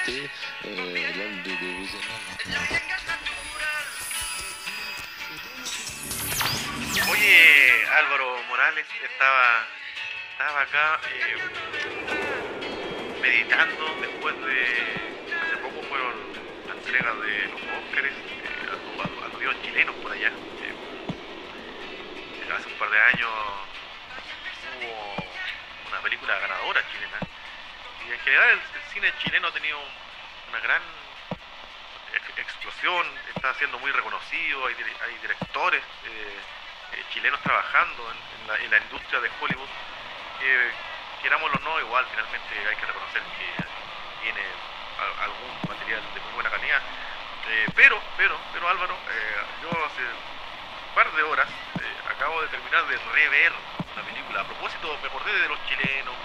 usted de visionar. Oye, Álvaro Morales, estaba acá meditando después de... Hace poco fueron la entrega de los Óscares a los viejos chilenos por allá. Hace un par de años hubo una película ganadora chilena. Y en general el cine chileno ha tenido una gran explosión, está siendo muy reconocido, hay directores chilenos trabajando en la industria de Hollywood, que querámoslo o no, igual finalmente hay que reconocer que tiene algún material de muy buena calidad. Pero Álvaro, yo hace un par de horas acabo de terminar de rever una película. A propósito, me acordé de los chilenos,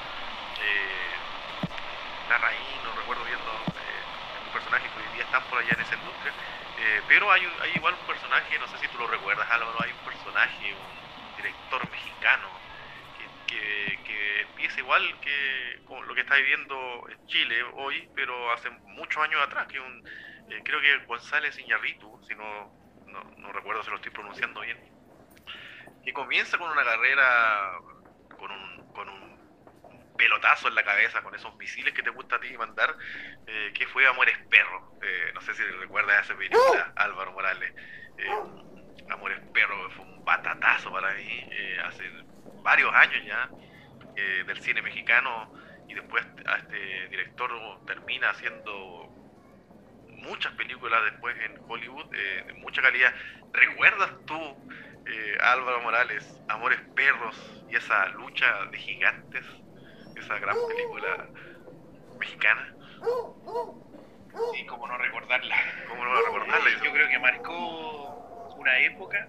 Larraín, no recuerdo viendo un personaje que hoy día están por allá en esa industria. Pero hay igual un personaje, no sé si tú lo recuerdas, Álvaro, hay un personaje, un director mexicano que empieza igual que con lo que está viviendo en Chile hoy, pero hace muchos años atrás, creo que González Iñárritu, si no recuerdo si lo estoy pronunciando bien, que comienza con una carrera con un pelotazo en la cabeza, con esos misiles que te gusta a ti mandar, que fue Amores Perros. No sé si recuerdas esa película, Álvaro Morales. Eh, Amores Perros fue un batatazo para mí, hace varios años ya, del cine mexicano, y después a este director termina haciendo muchas películas después en Hollywood, de mucha calidad. ¿Recuerdas tú, Álvaro Morales, Amores Perros y esa lucha de gigantes? Esa gran película mexicana. Sí, como no recordarla. ¿Cómo no recordarla? Yo creo que marcó una época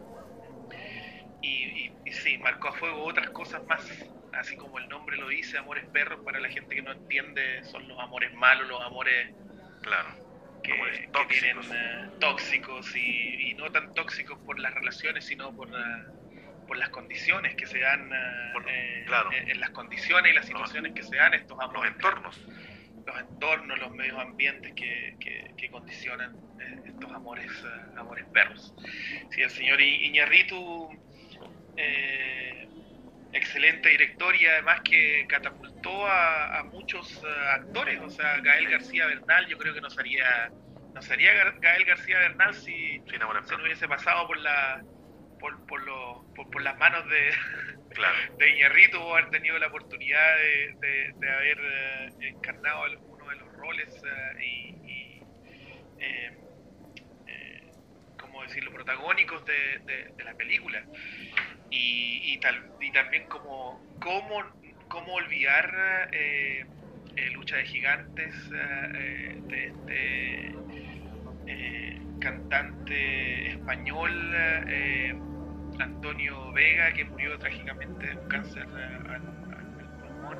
y sí, marcó a fuego otras cosas más. Así como el nombre lo dice, Amores Perros, para la gente que no entiende, son los amores malos, los amores, claro, que tienen tóxicos y no tan tóxicos por las relaciones, sino por las condiciones que se dan, claro, en las condiciones y las situaciones que se dan estos amores. Los entornos, los medios ambientes que condicionan estos amores perros. Sí, el señor Iñárritu, excelente director, y además que catapultó a muchos actores. O sea, Gael García Bernal, yo creo que no sería Gael García Bernal si no hubiese pasado por las manos de Iñárritu, o haber tenido la oportunidad de haber encarnado alguno de los roles ¿cómo decirlo?, protagónicos de la película. Y también cómo olvidar Lucha de Gigantes, de este cantante español, Antonio Vega, que murió trágicamente de un cáncer al pulmón,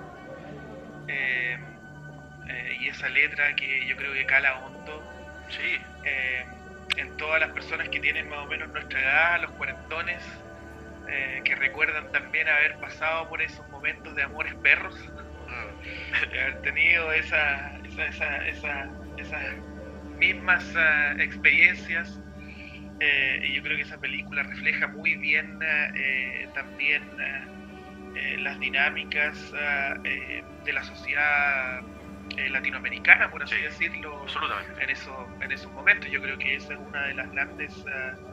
y esa letra que yo creo que cala hondo, sí, en todas las personas que tienen más o menos nuestra edad, los cuarentones, que recuerdan también haber pasado por esos momentos de amores perros, y haber tenido esas mismas experiencias. Y yo creo que esa película refleja muy bien también las dinámicas de la sociedad latinoamericana, por así decirlo, en esos momentos. Yo creo que esa es una de las grandes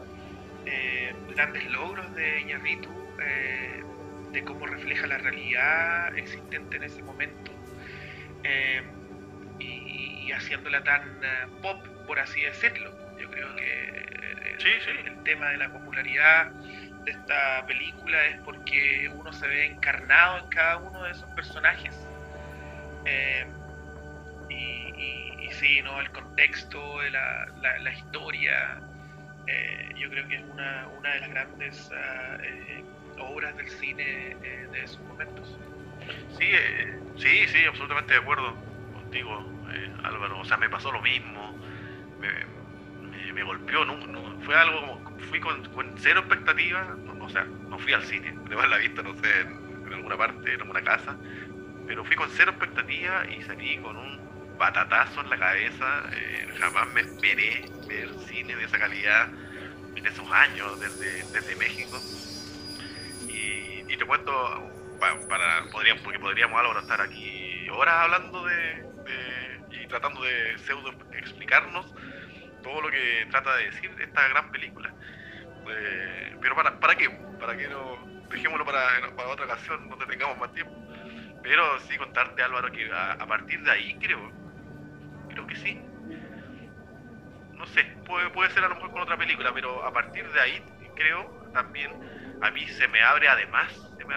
logros de Iñárritu, de cómo refleja la realidad existente en ese momento, y haciéndola tan pop, por así decirlo. Yo creo que el tema de la popularidad de esta película es porque uno se ve encarnado en cada uno de esos personajes, y sí, ¿no?, el contexto de la historia, yo creo que es una de las grandes obras del cine de esos momentos. Sí, absolutamente de acuerdo contigo, Álvaro. O sea, me pasó lo mismo, me golpeó, fue algo como, fui con cero expectativas, o sea, no fui al cine, de haberla visto, no sé, en alguna parte, en alguna casa, pero fui con cero expectativas y salí con un batatazo en la cabeza. Jamás me esperé ver cine de esa calidad en esos años desde México. Y te cuento, porque podríamos, Álvaro, estar aquí horas hablando y tratando de pseudo explicarnos todo lo que trata de decir esta gran película. Pero ¿para qué? ¿Para qué no? Dejémoslo para otra ocasión, no tengamos más tiempo. Pero sí contarte, Álvaro, que a partir de ahí creo que sí. No sé, puede ser a lo mejor con otra película, pero a partir de ahí creo también a mí se me abre además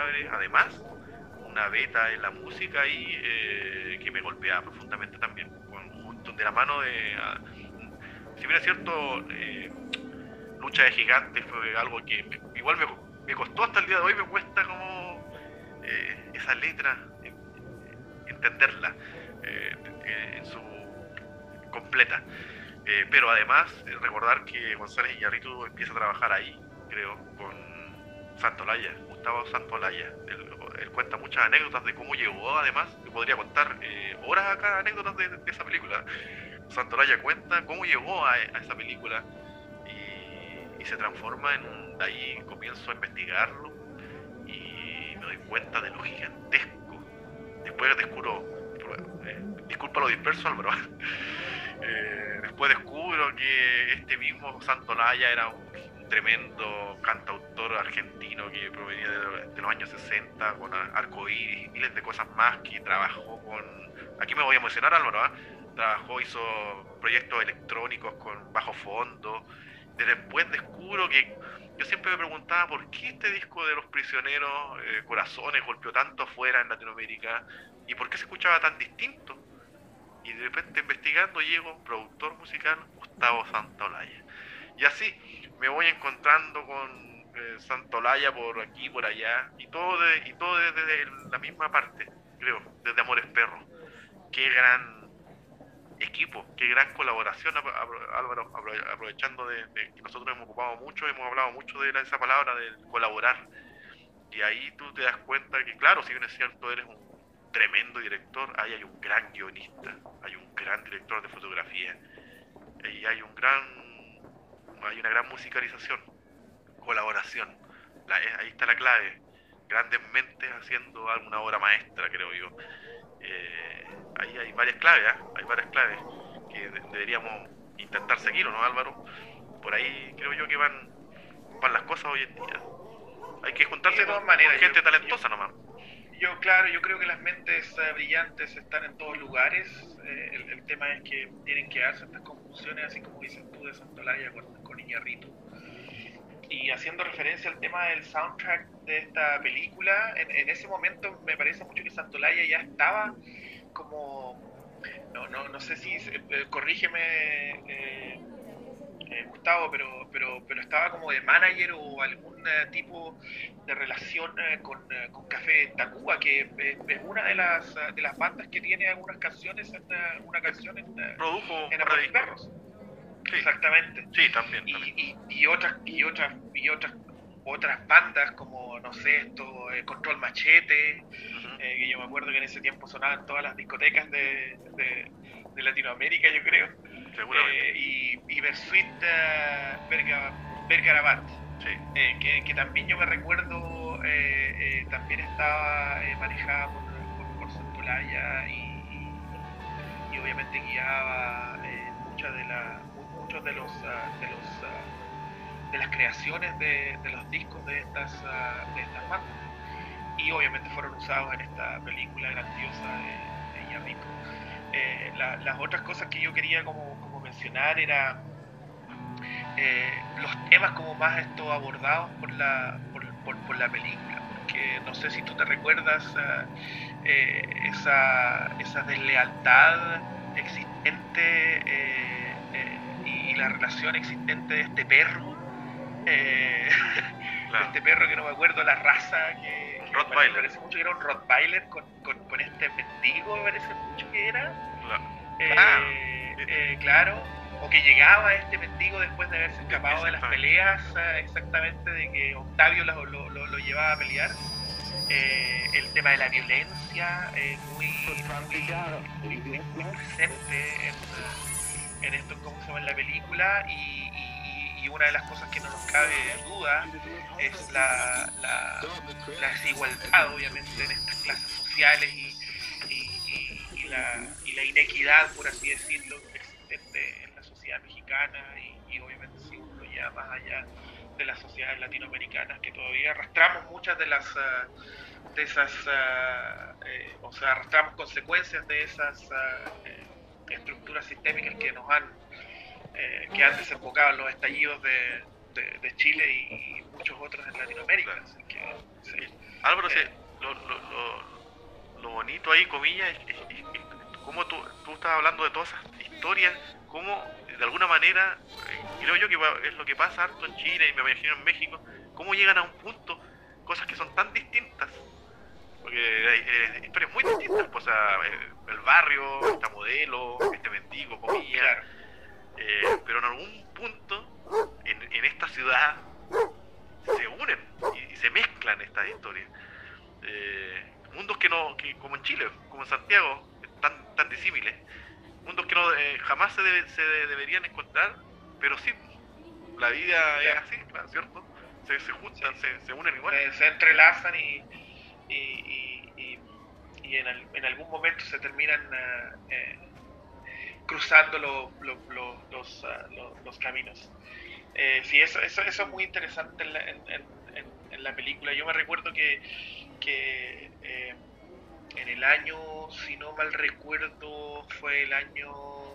una beta en la música y que me golpea profundamente también, junto de la mano de... si bien es cierto, Lucha de Gigantes fue algo que igual me costó hasta el día de hoy, me cuesta como esa letra, entenderla en su completa. Pero además, recordar que González Iñárritu empieza a trabajar ahí, creo, con Santolaya, Gustavo Santolaya. Él cuenta muchas anécdotas de cómo llegó, además, que podría contar horas acá anécdotas de esa película. Santolaya cuenta cómo llegó a esa película y se transforma de ahí comienzo a investigarlo y me doy cuenta de lo gigantesco. Después descubro, disculpa lo disperso, Álvaro, después descubro que este mismo Santolaya era un tremendo cantautor argentino que provenía de los años 60 con Arcoíris y miles de cosas más, que trabajó aquí me voy a emocionar, Álvaro, hizo proyectos electrónicos con bajo fondo. Después descubro que yo siempre me preguntaba por qué este disco de Los Prisioneros, Corazones, golpeó tanto afuera en Latinoamérica y por qué se escuchaba tan distinto. Y de repente investigando llego a un productor musical, Gustavo Santolaya. Y así me voy encontrando con Santolaya por aquí, por allá, y todo desde la misma parte, creo, desde Amores Perros. Qué gran equipo, qué gran colaboración, Álvaro, aprovechando de que nosotros hemos hablado mucho de esa palabra, de colaborar. Y ahí tú te das cuenta que, claro, si bien es cierto, eres un tremendo director, ahí hay un gran guionista, hay un gran director de fotografía, y hay una gran musicalización, colaboración. Ahí está la clave. Grandes mentes haciendo alguna obra maestra, creo yo. Ahí hay varias claves, que deberíamos intentar seguir, ¿o no, Álvaro? Por ahí creo yo que van las cosas hoy en día. Hay que juntarse de todas maneras, con gente talentosa nomás. Yo creo que las mentes brillantes están en todos lugares. El tema es que tienen que darse estas conclusiones, así como dices tú, de Santolaya con Iñárritu. Y haciendo referencia al tema del soundtrack de esta película, en ese momento me parece mucho que Santolaya ya estaba como... No sé si... corrígeme, Gustavo, pero estaba como de manager o algún tipo de relación con Café Tacuba, que es una de las bandas que tiene algunas canciones, Produjo en Amores Perros. Sí. Exactamente. Sí, también. Y otras bandas como, no sé, Control Machete, que yo me acuerdo que en ese tiempo sonaban todas las discotecas de Latinoamérica, yo creo. Seguramente. Y Bersuit Vergarabat, sí. que también yo me recuerdo también estaba manejada por Santolaya y obviamente guiaba muchos de las creaciones de los discos de estas bandas, y obviamente fueron usados en esta película grandiosa de Iñárritu. Las otras cosas que yo quería como mencionar era los temas como más abordados por la película, porque no sé si tú te recuerdas esa deslealtad existente y la relación existente de este perro, Claro. este perro que no me acuerdo la raza, que Rottweiler. me parece mucho que era un Rottweiler con este mendigo, me parece mucho que era. Claro, o que llegaba este mendigo después de haberse escapado de las peleas, exactamente, de que Octavio lo llevaba a pelear. El tema de la violencia violencia muy presente en esto, como se llama, en la película, y una de las cosas que no nos cabe duda es la desigualdad, obviamente, en estas clases sociales y la inequidad, por así decirlo, existente en la sociedad mexicana y obviamente si uno lo lleva más allá de las sociedades latinoamericanas, que todavía arrastramos muchas de esas o sea, arrastramos consecuencias de esas estructuras sistémicas que nos han desembocado en los estallidos de Chile y muchos otros en Latinoamérica. Claro. Así que, sí. Álvaro, lo bonito ahí, comillas, es cómo tú estás hablando de todas esas historias, cómo de alguna manera, creo yo que es lo que pasa harto en Chile y me imagino en México, cómo llegan a un punto cosas que son tan distintas, porque hay historias muy distintas, pues, o sea, el barrio, esta modelo, este mendigo, comillas, Claro. pero en algún punto en esta ciudad se unen y se mezclan estas historias. Mundos que como en Chile, como en Santiago, tan disímiles, mundos que no jamás se deberían encontrar, pero sí, la vida es así, claro, ¿cierto? Se juntan, se unen igual. Se entrelazan y en algún momento se terminan cruzando los caminos. Sí, eso es muy interesante en la película. Yo me recuerdo que en el año, si no mal recuerdo, fue el año...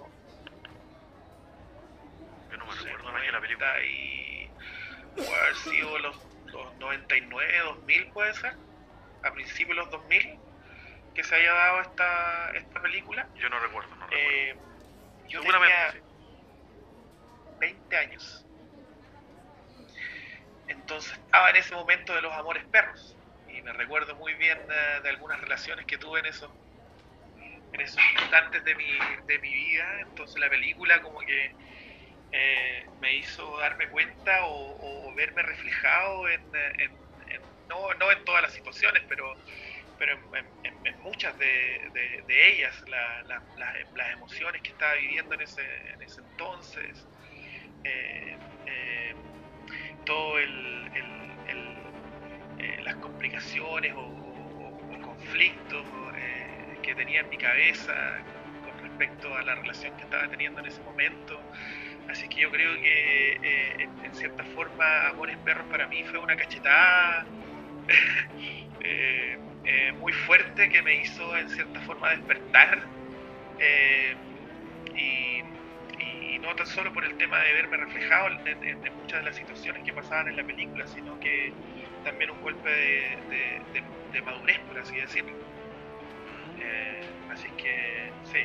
Yo no me recuerdo el año de la película. Puede haber sido los 99, 2000, puede ser, a principios de los 2000, que se haya dado esta película. Yo no recuerdo. Yo Seguramente tenía sí. 20 años. Entonces estaba en ese momento de los amores perros. Y me recuerdo muy bien de algunas relaciones que tuve en esos instantes de mi vida. Entonces la película como que me hizo darme cuenta o verme reflejado no en todas las situaciones, pero en muchas de ellas, las emociones que estaba viviendo en ese entonces, todo las complicaciones o conflictos que tenía en mi cabeza con respecto a la relación que estaba teniendo en ese momento. Así que yo creo que en cierta forma Amores Perros para mí fue una cachetada muy fuerte que me hizo en cierta forma despertar, y no tan solo por el tema de verme reflejado en muchas de las situaciones que pasaban en la película, sino que también un golpe de madurez, por así decirlo. Así que sí,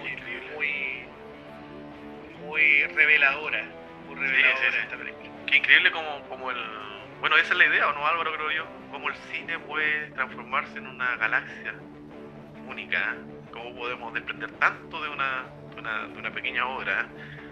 muy reveladora, Sí. esta película. Qué increíble como el... Bueno, esa es la idea, ¿o no, Álvaro? Creo yo. Cómo el cine puede transformarse en una galaxia única, ¿eh? Cómo podemos desprender tanto de una pequeña obra.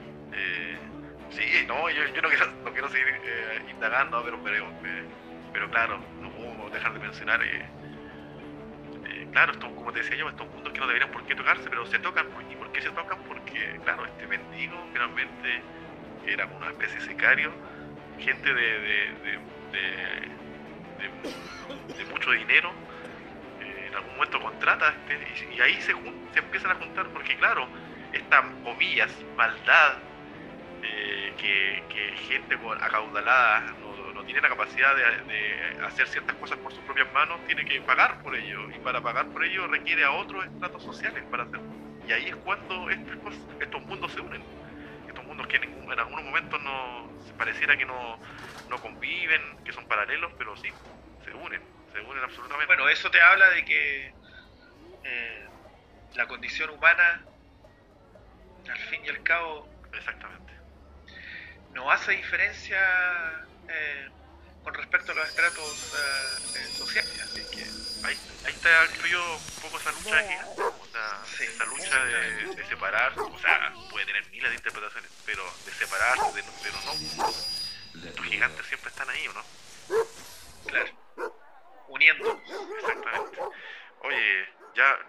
Sí, no, yo no quiero seguir indagando, pero claro, no puedo dejar de mencionar, claro, como te decía yo, estos mundos que no deberían por qué tocarse, pero se tocan. ¿Y por qué se tocan? Porque, claro, este mendigo finalmente era una especie de sicario, gente de mucho dinero, en algún momento contrata y ahí se empiezan a juntar, porque claro, esta, comillas, maldad, que gente acaudalada no tiene la capacidad de hacer ciertas cosas por sus propias manos, tiene que pagar por ello, y para pagar por ello requiere a otros estratos sociales para hacerlo. Y ahí es cuando estos mundos se unen, estos mundos que en algunos momentos pareciera que no conviven, que son paralelos, pero sí, se unen absolutamente. Bueno, eso te habla de que la condición humana, al fin y al cabo, Exactamente. no hace diferencia con respecto a los estratos sociales, así que Ahí está, creo yo, un poco esa lucha gigante, o sea, sí, esa lucha de separarse, o sea, puede tener miles de interpretaciones, pero de separarse, pero no, los gigantes siempre están ahí, ¿o no? claro, uniendo. Exactamente. Oye, ya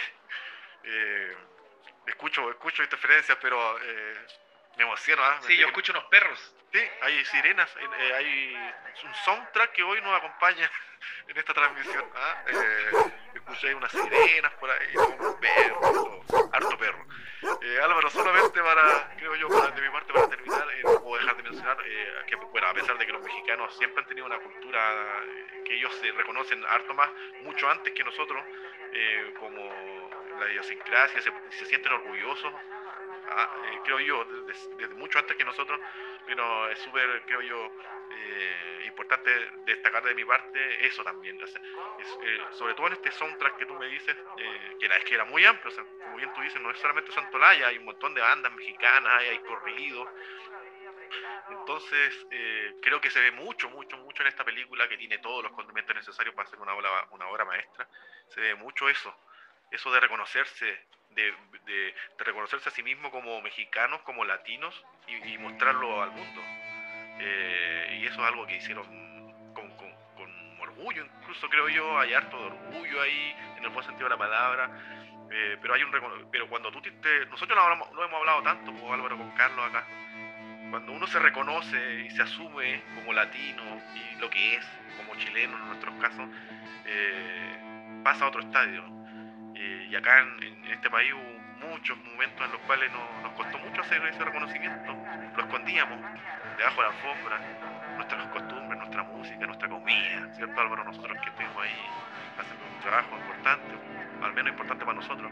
escucho interferencias, pero me emociono. Sí, yo escucho unos perros. Sí, hay sirenas, hay un soundtrack que hoy nos acompaña en esta transmisión. Escuché unas sirenas por ahí, un perro, harto perro. Álvaro, solamente creo yo, de mi parte, para terminar, no puedo dejar de mencionar que, bueno, a pesar de que los mexicanos siempre han tenido una cultura que ellos se reconocen harto más, mucho antes que nosotros, como la idiosincrasia, se sienten orgullosos. Creo yo, desde mucho antes que nosotros, pero es súper, creo yo, importante destacar de mi parte eso también. O sea, sobre todo en este soundtrack que tú me dices, que era muy amplio, o sea, como bien tú dices, no es solamente Santolaya, hay un montón de bandas mexicanas, hay corridos. Entonces, creo que se ve mucho en esta película, que tiene todos los condimentos necesarios para hacer una obra maestra. Se ve mucho eso de reconocerse, de reconocerse a sí mismo como mexicanos, como latinos, y mostrarlo al mundo. Y eso es algo que hicieron con orgullo, incluso creo yo, hay harto de orgullo ahí, en el buen sentido de la palabra. Pero cuando nosotros no hemos hablado tanto, pues, Álvaro, con Carlos acá, cuando uno se reconoce y se asume como latino y lo que es, como chileno en nuestros casos, pasa a otro estadio. Y acá en este país hubo muchos momentos en los cuales nos costó mucho hacer ese reconocimiento. Lo escondíamos debajo de la alfombra, nuestras costumbres, nuestra música, nuestra comida, ¿cierto, Álvaro? Nosotros que estuvimos ahí haciendo un trabajo importante, al menos importante para nosotros.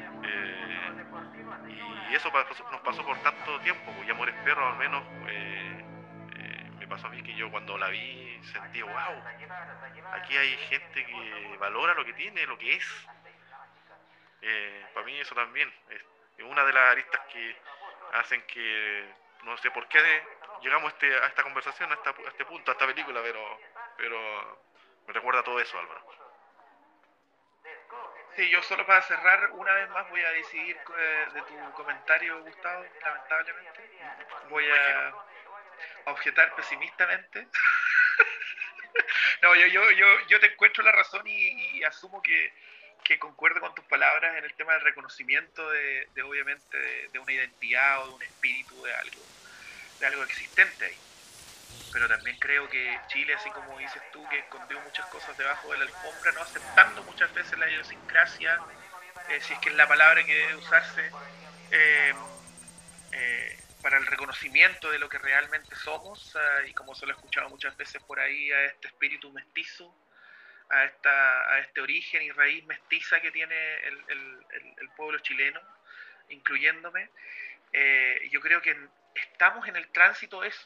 Y eso nos pasó por tanto tiempo, y Amores Perros al menos me pasó a mí, que yo cuando la vi sentí, wow, aquí hay gente que valora lo que tiene, lo que es. Para mí eso también es una de las aristas que hacen que, no sé por qué llegamos a esta conversación, a este punto, a esta película, pero me recuerda todo eso, Álvaro. Sí, yo solo para cerrar, una vez más voy a decidir de tu comentario, Gustavo, lamentablemente. Voy a objetar pesimistamente. No, yo te encuentro la razón y asumo que concuerdo con tus palabras en el tema del reconocimiento de obviamente de una identidad o de un espíritu de algo existente ahí. Pero también creo que Chile, así como dices tú, que escondió muchas cosas debajo de la alfombra, no aceptando muchas veces la idiosincrasia, si es que es la palabra que debe usarse, para el reconocimiento de lo que realmente somos, y como se lo he escuchado muchas veces por ahí, a este espíritu mestizo, a este origen y raíz mestiza que tiene el pueblo chileno, incluyéndome. Yo creo que estamos en el tránsito de eso,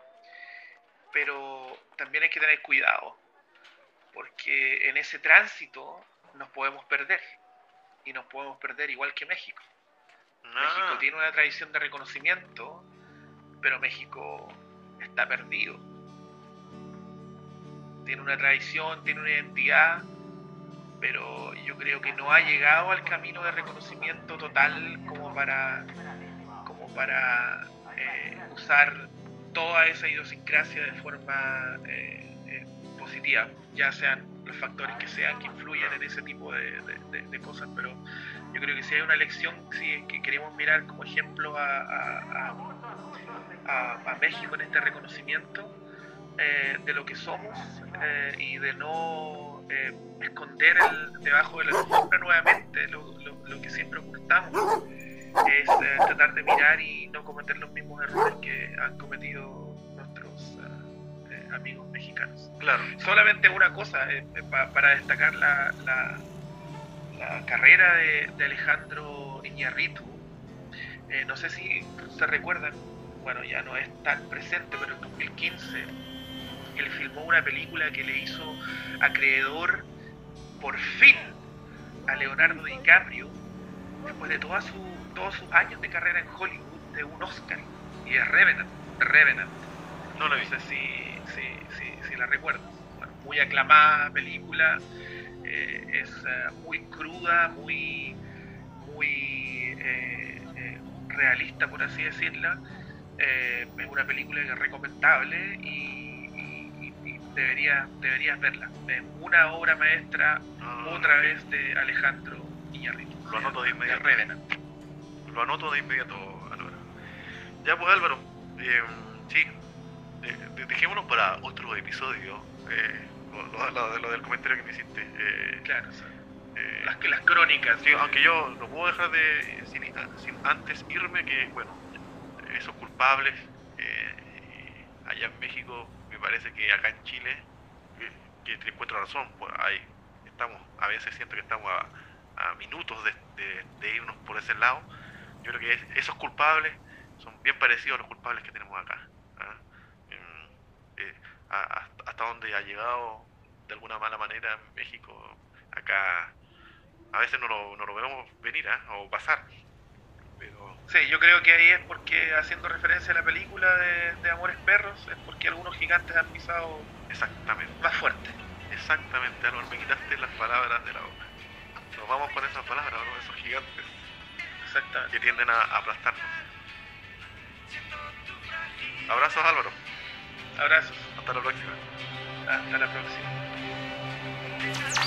pero también hay que tener cuidado, porque en ese tránsito nos podemos perder, y nos podemos perder igual que México. México tiene una tradición de reconocimiento, pero México está perdido. Tiene una tradición, tiene una identidad, pero yo creo que no ha llegado al camino de reconocimiento total como para usar toda esa idiosincrasia de forma positiva, ya sean los factores que sean que influyen en ese tipo de cosas. Pero yo creo que si hay una lección, si que queremos mirar como ejemplo a México en este reconocimiento de lo que somos, y de no esconder debajo de la alfombra nuevamente lo que siempre ocultamos, es tratar de mirar y no cometer los mismos errores que han cometido nuestros amigos mexicanos. Claro. Solamente una cosa para destacar la carrera de Alejandro Iñárritu. No sé si se recuerdan, bueno, ya no es tan presente, pero en 2015 él filmó una película que le hizo acreedor por fin a Leonardo DiCaprio, después de todos sus años de carrera en Hollywood, de un Oscar, y es Revenant. No la vi. No sé si la recuerdas. Bueno, muy aclamada película, es muy cruda, muy realista, por así decirla. Es una película que es recomendable, y deberías verla. Es una obra maestra, otra vez, de Alejandro Iñárritu. Lo anoto de inmediato. De Revenant. Lo anoto de inmediato, Álvaro. Ya pues, Álvaro, sí, dejémonos para otro episodio. Lo del comentario que me hiciste. Claro, sí. Las crónicas. Sí, aunque yo no puedo dejar de sin antes irme, que bueno, esos culpables allá en México, me parece que acá en Chile, que te encuentro razón, pues ahí estamos, a veces siento que estamos a minutos de irnos por ese lado. Yo creo que esos culpables son bien parecidos a los culpables que tenemos acá. Hasta donde ha llegado de alguna mala manera en México, acá a veces no lo vemos venir o pasar. Pero Sí, yo creo que ahí es porque, haciendo referencia a la película de Amores Perros, es porque algunos gigantes han pisado exactamente, más fuerte. Álvaro, me quitaste las palabras de la boca. Nos vamos con esas palabras, ¿no? Esos gigantes Exactamente. que tienden a aplastarnos. Abrazos, Álvaro. Abrazos. Hasta la próxima. Hasta la próxima.